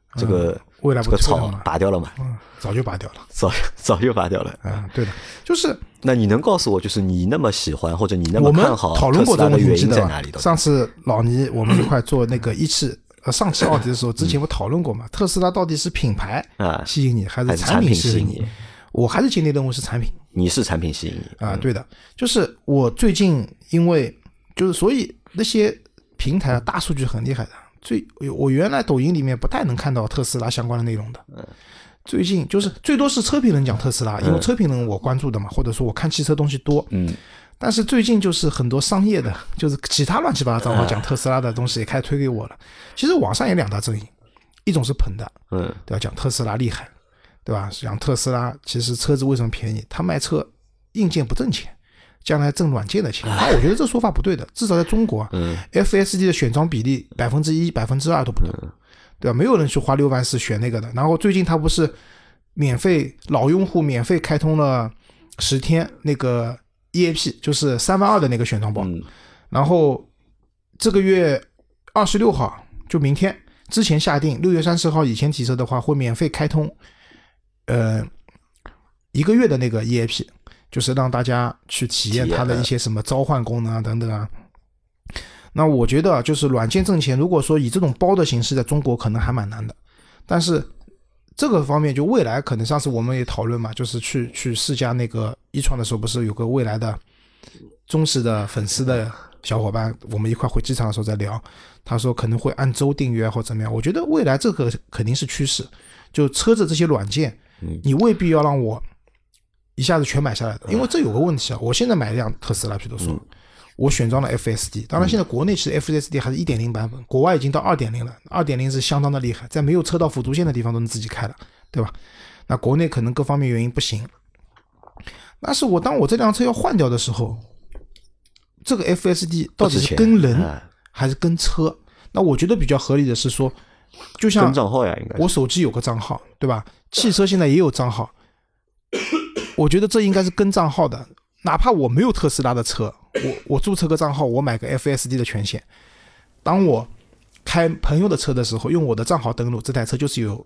这个未来这个草不推了嘛？ 拔掉了嘛？ 早就拔掉了。 早就拔掉了。 对的，就是那你能告诉我，就是你那么喜欢或者你那我们么看好讨论过这个问题， 特斯拉的原记得吧因在哪里的？ 上次老倪我们一块做那个上汽奥迪的时候，之前不讨论过嘛？特斯拉到底是品牌吸引你，还是产品吸引你？我还是坚定认为是产品。 你是产品吸引你啊？对的，就是我最近因为就是所以那些平台大数据很厉害的。我原来抖音里面不太能看到特斯拉相关的内容的。最近就是最多是车评人讲特斯拉，因为车评人我关注的嘛，或者说我看汽车东西多。但是最近就是很多商业的，就是其他乱七八糟账号讲特斯拉的东西也开始推给我了。其实网上有两大阵营，一种是捧的，对吧？讲特斯拉厉害，对吧？讲特斯拉其实车子为什么便宜？他卖车硬件不挣钱，将来挣软件的钱。我觉得这说法不对的，至少在中国FSD 的选装比例1%、2%都不多，对吧？没有人去花6万4选那个的。然后最近他不是免费老用户免费开通了10天那个 EAP， 就是3万2的那个选装包。然后这个月26号就明天之前下定，6月30号以前提车的话会免费开通1个月的那个 EAP， 就是让大家去体验它的一些什么召唤功能啊等等啊。那我觉得就是软件挣钱，如果说以这种包的形式在中国可能还蛮难的，但是这个方面就未来可能上次我们也讨论嘛，就是去试驾那个一创的时候，不是有个未来的忠实的粉丝的小伙伴，我们一块回机场的时候在聊，他说可能会按周订阅或怎么样。我觉得未来这个肯定是趋势，就车子这些软件你未必要让我一下子全买下来的，因为这有个问题啊。我现在买一辆特斯拉，比如说我选装了 FSD， 当然现在国内其实 FSD 还是 1.0 版本，国外已经到 2.0 了， 2.0 是相当的厉害，在没有车道辅助线的地方都能自己开了，对吧？那国内可能各方面原因不行，但是当我这辆车要换掉的时候，这个 FSD 到底是跟人还是跟车？那我觉得比较合理的是说，就像我手机有个账号，对吧？汽车现在也有账号，我觉得这应该是跟账号的。哪怕我没有特斯拉的车，我注册个账号，我买个 FSD 的权限，当我开朋友的车的时候，用我的账号登录，这台车就是有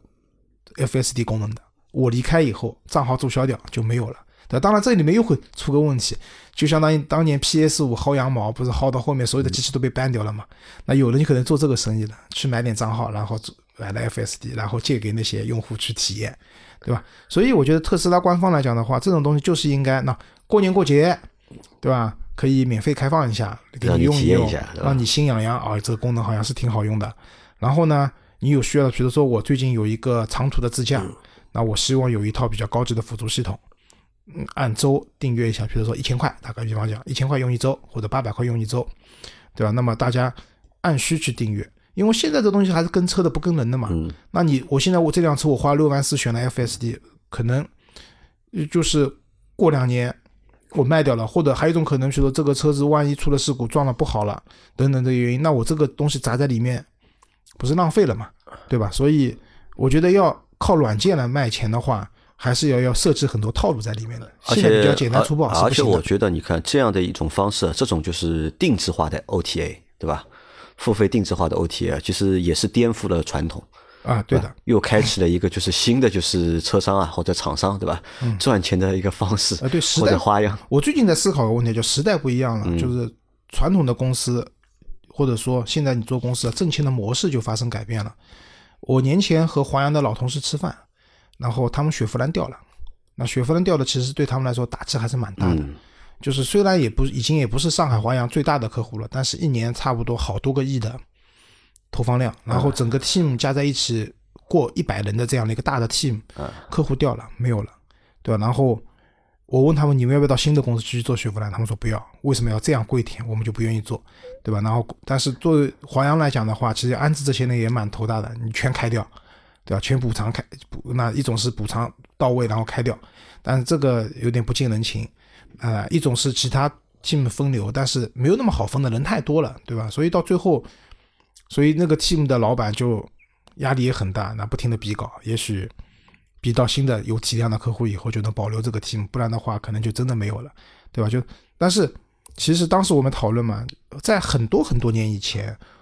FSD 功能的。我离开以后，账号注销掉就没有了。当然这里面又会出个问题，就相当于当年 PS5 薅羊毛，不是薅到后面所有的机器都被 ban 掉了嘛？那有人可能做这个生意的，去买点账号，然后买了 FSD， 然后借给那些用户去体验，对吧？所以我觉得特斯拉官方来讲的话，这种东西就是应该那过年过节，对吧？可以免费开放一下，给你用一用，让你心痒痒啊，这个功能好像是挺好用的。然后呢，你有需要的，比如说我最近有一个长途的自驾，那我希望有一套比较高级的辅助系统。按周订阅一下，比如说1000块，大概比方讲1000块用1周，或者800块用1周，对吧？那么大家按需去订阅，因为现在这东西还是跟车的不跟人的嘛。那我现在这辆车我花6万4选了 FSD， 可能就是过2年我卖掉了，或者还有一种可能，比如说这个车子万一出了事故撞了不好了等等这个原因，那我这个东西砸在里面不是浪费了嘛，对吧？所以我觉得要靠软件来卖钱的话，还是要设置很多套路在里面的，现在比较简单粗暴， 而且我觉得你看这样的一种方式，这种就是定制化的 OTA， 对吧？付费定制化的 OTA 其实也是颠覆了传统啊，对的， 又开启了一个就是新的就是车商啊或者厂商，对吧？赚钱的一个方式对， 或者花样。 我最近在思考个问题，就时代不一样了，就是传统的公司或者说现在你做公司挣钱的模式就发生改变了。我年前和华阳的老同事吃饭，然后他们雪佛兰掉了，那雪佛兰掉了其实对他们来说打击还是蛮大的，就是虽然已经也不是上海华阳最大的客户了，但是一年差不多好多个亿的投放量，然后整个 team 加在一起过100人的这样的一个大的 team， 客户掉了没有了，对吧？然后我问他们你们要不要到新的公司继续做雪佛兰，他们说不要，为什么要这样跪舔，我们就不愿意做，对吧？然后但是作为华阳来讲的话，其实安置这些人也蛮头大的，你全开掉，对吧？全补偿开，那一种是补偿到位然后开掉，但是这个有点不近人情，一种是其他 team 分流，但是没有那么好分的，人太多了，对吧？所以到最后，所以那个 team 的老板就压力也很大，那不停的逼稿，也许逼到新的有体量的客户以后就能保留这个 team， 不然的话可能就真的没有了，对吧？但是其实当时我们讨论嘛，在很多很多年以前，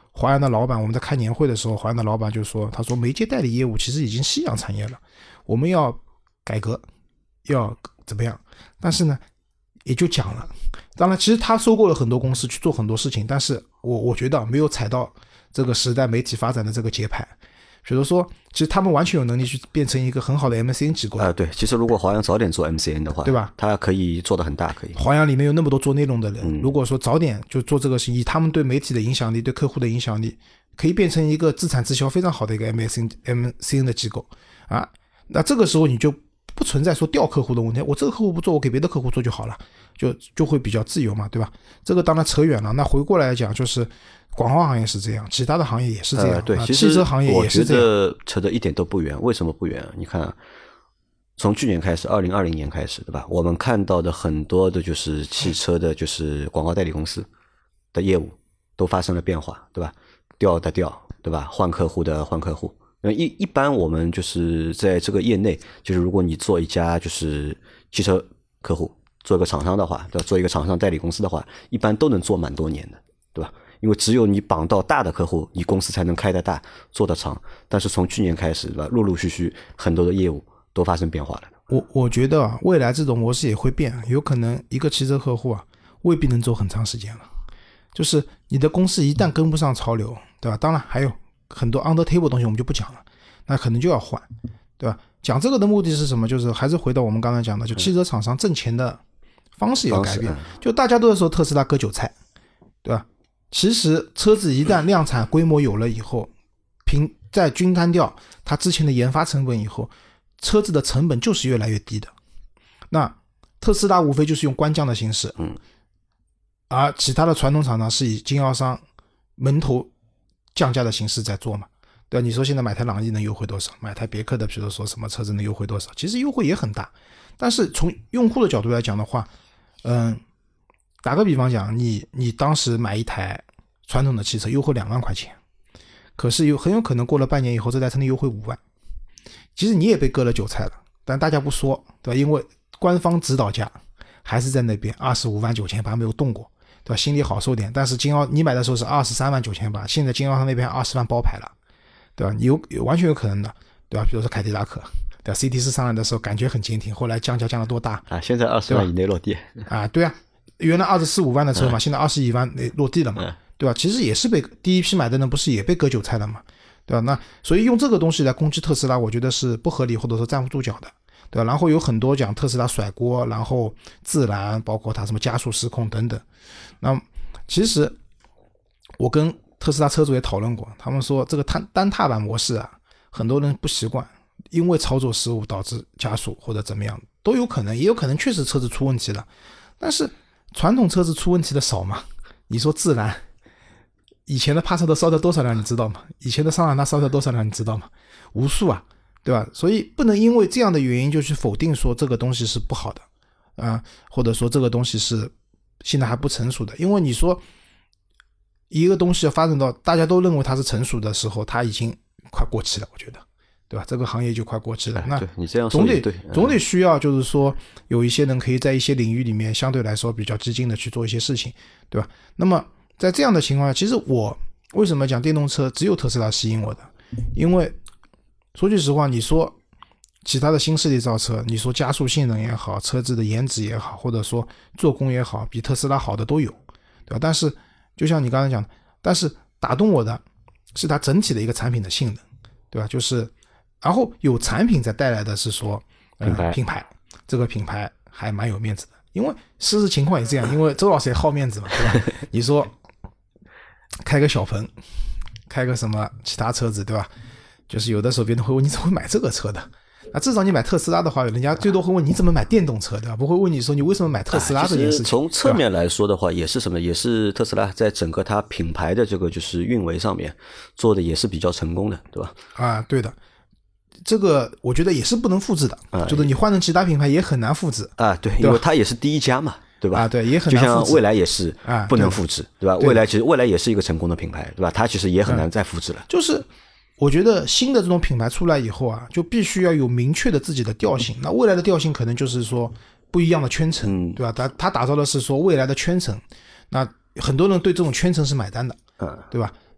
华阳的老板，我们在开年会的时候，华阳的老板就说，他说媒介代理业务其实已经夕阳产业了，我们要改革，要怎么样？但是呢，也就讲了。当然，其实他收购了很多公司去做很多事情，但是我觉得没有踩到这个时代媒体发展的这个节拍。比如说，其实他们完全有能力去变成一个很好的 MCN 机构对，其实如果华阳早点做 MCN 的话， 对吧？ 他可以做得很大，可以。 华阳里面有那么多做内容的人，如果说早点就做这个事情，以他们对媒体的影响力、对客户的影响力，可以变成一个自产自销非常好的一个 MCN 的机构啊。那这个时候你就不存在说调客户的问题，我这个客户不做，我给别的客户做就好了，就会比较自由嘛，对吧？这个当然扯远了。那回过来讲，就是广告行业是这样，其他的行业也是这样。 对，其实汽车行业也是这样。 我觉得扯得一点都不远。为什么不远？你看，从去年开始，2020年开始，对吧？我们看到的很多的就是汽车的，就是广告代理公司的业务都发生了变化，对吧？调的调，对吧？换客户的换客户。一般我们就是在这个业内，就是如果你做一家就是汽车客户，做一个厂商的话，对吧？做一个厂商代理公司的话，一般都能做蛮多年的，对吧？因为只有你绑到大的客户，你公司才能开得大，做得长。但是从去年开始，对吧？陆陆续续很多的业务都发生变化了。 我觉得啊，未来这种模式也会变，有可能一个汽车客户啊，未必能做很长时间了。就是你的公司一旦跟不上潮流，对吧？当然还有很多 under table 的东西我们就不讲了，那可能就要换，对吧？讲这个的目的是什么？就是还是回到我们刚才讲的，就汽车厂商挣钱的方式要改变。就大家都在说特斯拉割韭菜，对吧？其实车子一旦量产规模有了以后，再均摊掉它之前的研发成本以后，车子的成本就是越来越低的。那特斯拉无非就是用官降的形式，而其他的传统厂商是以经销商门头降价的形式在做嘛，对吧？你说现在买台朗逸能优惠多少？买台别克的，比如说什么车子能优惠多少？其实优惠也很大，但是从用户的角度来讲的话，打个比方讲，你当时买一台传统的汽车优惠2万块钱，可是很有可能过了半年以后，这台车能优惠5万。其实你也被割了韭菜了，但大家不说，对吧？因为官方指导价还是在那边25万9千8，没有动过，对吧？心里好受点。但是你买的时候是23万9千8，现在经销商那边20万包牌了，对吧？有完全有可能的，对吧？比如说凯迪拉克，对吧 ？CT4 上来的时候感觉很坚挺，后来降价降了多大啊？现在20万以内落地啊？对啊，原来24、5万的车嘛，现在21万落地了嘛，对吧？其实也是被第一批买的人不是也被割韭菜了嘛，对吧？那所以用这个东西来攻击特斯拉，我觉得是不合理或者说站不住脚的，对吧？然后有很多讲特斯拉甩锅，然后自燃，包括它什么加速失控等等。那其实我跟特斯拉车主也讨论过，他们说这个单踏板模式啊，很多人不习惯，因为操作失误导致加速或者怎么样都有可能，也有可能确实车子出问题了。但是传统车子出问题的少吗？你说自燃，以前的帕萨特烧掉多少辆你知道吗？以前的桑塔纳烧掉多少辆你知道吗？无数啊，对吧？所以不能因为这样的原因就去否定说这个东西是不好的或者说这个东西是现在还不成熟的。因为你说一个东西要发展到大家都认为它是成熟的时候，它已经快过期了，我觉得，对吧？这个行业就快过期了。那你这样说也对， 总得需要就是说有一些人可以在一些领域里面相对来说比较激进的去做一些事情，对吧？那么在这样的情况下，其实我为什么讲电动车只有特斯拉吸引我的？因为说句实话，你说其他的新势力造车，你说加速性能也好，车子的颜值也好，或者说做工也好，比特斯拉好的都有，对吧？但是就像你刚才讲的，但是打动我的是它整体的一个产品的性能，对吧？就是然后有产品再带来的是说品牌，这个品牌还蛮有面子的。因为事实情况也这样，因为周老师也好面子嘛，对吧？你说开个小鹏，开个什么其他车子，对吧？就是有的时候别人会问你怎么会买这个车的，那至少你买特斯拉的话，人家最多会问你怎么买电动车，对吧？不会问你说你为什么买特斯拉这件事情。 从侧面来说的话，也是什么？也是特斯拉在整个它品牌的这个就是运维上面做的也是比较成功的，对吧？ 对的。这个我觉得也是不能复制的，就是你换成其他品牌也很难复制对，因为它也是第一家嘛，对吧？ 对，也很难复制。 就像蔚来也是不能复制，对吧？蔚来也是一个成功的品牌，对吧？它其实也很难再复制了。 就是我觉得新的这种品牌出来以后就必须要有明确的自己的调性。那未来的调性可能就是说不一样的圈层，对吧？它打造的是说未来的圈层，那很多人对这种圈层是买单的，对吧？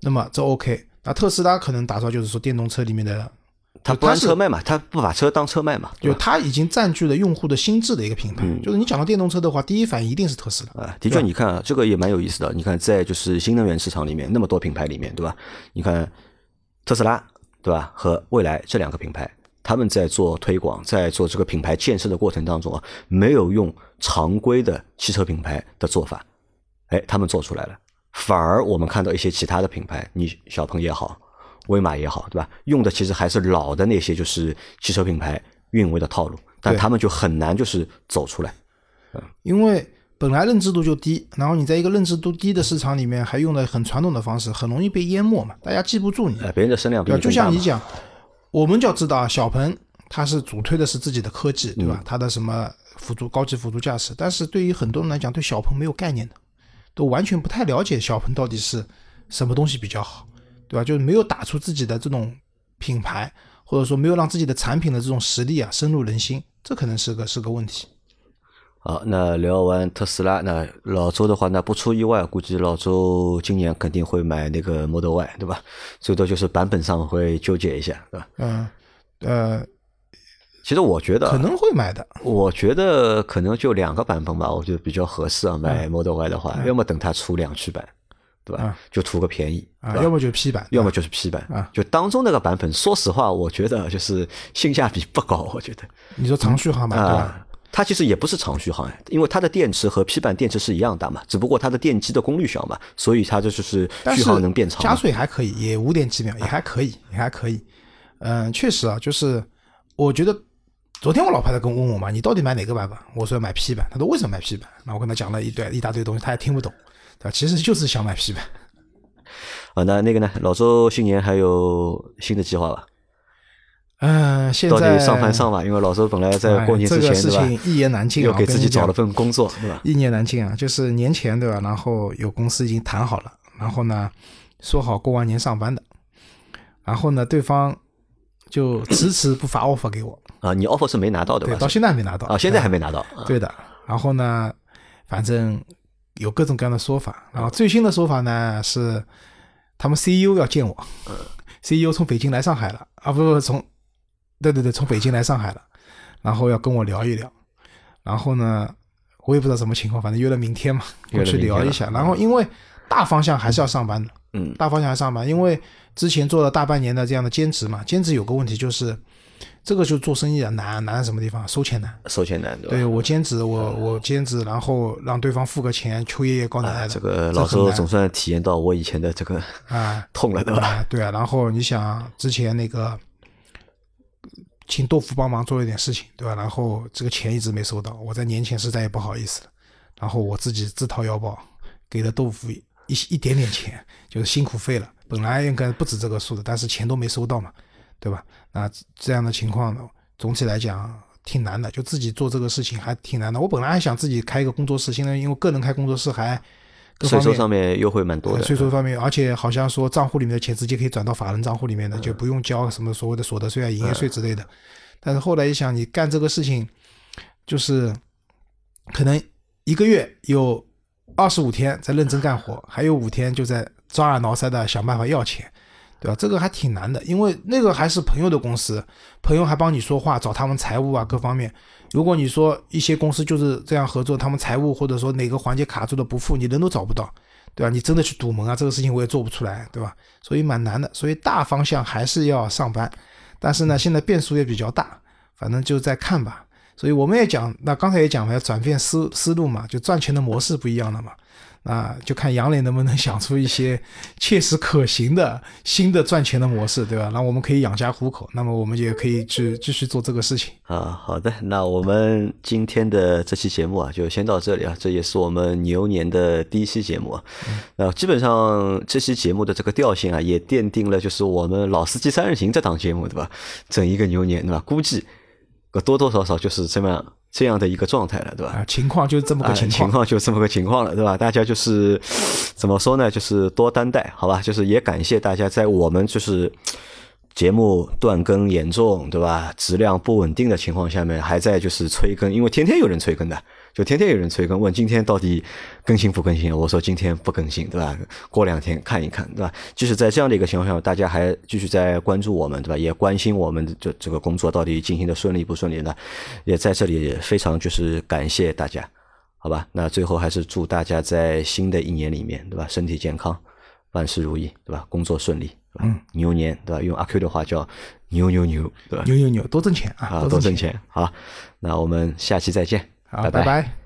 那么这 OK。那特斯拉可能打造就是说电动车里面的， 它不按车卖嘛，它不把车当车卖嘛， 就它已经占据了用户的心智的一个品牌。就是你讲到电动车的话，第一反应一定是特斯拉。 的确，你看啊，这个也蛮有意思的。你看，在就是新能源市场里面那么多品牌里面，对吧？你看特斯拉，对吧？和蔚来这两个品牌，他们在做推广，在做这个品牌建设的过程当中啊，没有用常规的汽车品牌的做法，他们做出来了。反而我们看到一些其他的品牌，你小鹏也好，威马也好，对吧？用的其实还是老的那些就是汽车品牌运维的套路，但他们就很难就是走出来。 因为本来认知度就低，然后你在一个认知度低的市场里面还用的很传统的方式，很容易被淹没嘛，大家记不住你。 别人的声量比你更大嘛。 就像你讲，我们就要知道小鹏它是主推的是自己的科技，对吧？它的什么高级辅助驾驶，但是对于很多人来讲，对小鹏没有概念的，都完全不太了解小鹏到底是什么东西比较好，对吧？就是没有打出自己的这种品牌，或者说没有让自己的产品的这种实力啊深入人心，这可能是个问题。 好，那聊完特斯拉，那老周的话，那不出意外，估计老周今年肯定会买那个 Model Y， 对吧？最多就是版本上会纠结一下，对吧？其实我觉得可能会买的， 我觉得可能就2个版本吧，我觉得比较合适啊。买 Model Y 的话，要么等它出2驱版，对吧？就图个便宜啊，要么就是 P 版， 要么就是 P 版啊。就当中那个版本，说实话，我觉得就是性价比不高。我觉得你说长续航版对吧？ 它其实也不是长续航，因为它的电池和 P 版电池是一样大嘛，只不过它的电机的功率小嘛，所以它就是续航能变长。 加速也还可以，也5.几秒，也还可以，也还可以。确实啊，就是我觉得。昨天我老婆在跟问我嘛，你到底买哪个版本？我说买 P 版，他说为什么买 P 版？那我跟他讲了一大堆东西，他也听不懂，对吧？其实就是想买 P 版。 那个呢？老周新年还有新的计划吧？ 现在到底上班上吧？因为老周本来在过年之前， 这个事情一言难尽啊， 又给自己找了份工作，对吧？ 一言难尽啊，就是年前对吧？然后有公司已经谈好了，然后呢说好过完年上班的，然后呢对方就迟迟不发 offer 给我。 你 offer 是没拿到的吧？ 对，到现在还没拿到啊，现在还没拿到。 对的，然后呢，反正有各种各样的说法，然后最新的说法呢是他们 CEO 要见我，CEO 从北京来上海了啊，不从北京来上海了，然后要跟我聊一聊，然后呢，我也不知道什么情况，反正约了明天嘛，过去聊一下，然后因为大方向还是要上班的，大方向还上班，因为之前做了大半年的这样的兼职嘛，兼职有个问题就是。这个就做生意的难在什么地方？收钱难，对吧？对，我兼职，我兼职，然后让对方付个钱，秋叶高奶奶的。 这个老周总算体验到我以前的这个痛了，对吧？ 对啊，然后你想之前那个请豆腐帮忙做了一点事情，对吧？然后这个钱一直没收到，我在年前实在也不好意思了，然后我自己自掏腰包给了豆腐一点点钱，就是辛苦费了，本来应该不止这个数的，但是钱都没收到嘛。对吧？那这样的情况呢，总体来讲挺难的，就自己做这个事情还挺难的。我本来还想自己开一个工作室，现在因为个人开工作室还税收上面优惠蛮多的， 税收方面，而且好像说账户里面的钱直接可以转到法人账户里面的，就不用交什么所谓的所得税啊、营业税之类的。但是后来一想，你干这个事情，就是可能一个月有25天在认真干活，还有5天就在抓耳挠腮的想办法要钱。对吧？这个还挺难的，因为那个还是朋友的公司，朋友还帮你说话，找他们财务啊各方面。如果你说一些公司就是这样合作，他们财务或者说哪个环节卡住了不付，你人都找不到，对吧？你真的去堵门啊，这个事情我也做不出来，对吧？所以蛮难的。所以大方向还是要上班，但是呢，现在变数也比较大，反正就再看吧。所以我们也讲，那刚才也讲了，要转变思路嘛，就赚钱的模式不一样了嘛。就看杨磊能不能想出一些切实可行的新的赚钱的模式，对吧？那我们可以养家糊口，那么我们也可以去继续做这个事情啊。好的，那我们今天的这期节目啊，就先到这里啊。这也是我们牛年的第一期节目啊。基本上这期节目的这个调性啊，也奠定了就是我们老司机三人行这档节目，对吧？整一个牛年，对吧？估计多多少少就是这样的一个状态了，对吧？ 情况就这么个情况就这么个情况了，对吧？大家就是怎么说呢？就是多担待，好吧？就是也感谢大家在我们就是节目断更严重，对吧？质量不稳定的情况下面，还在就是催更，因为天天有人催更的， 就天天有人催更，问今天到底更新不更新？我说今天不更新，对吧？过2天看一看，对吧？即使在这样的一个情况下，大家还继续在关注我们，对吧？也关心我们的这个工作到底进行的顺利不顺利呢？也在这里也非常就是感谢大家，好吧？那最后还是祝大家在新的一年里面，对吧？身体健康，万事如意，对吧？工作顺利，对吧？牛年，对吧？用阿 Q 的话叫牛牛牛，对吧？ 牛牛牛，多挣钱啊！ 多挣钱。好，那我们下期再见， 好， 拜拜。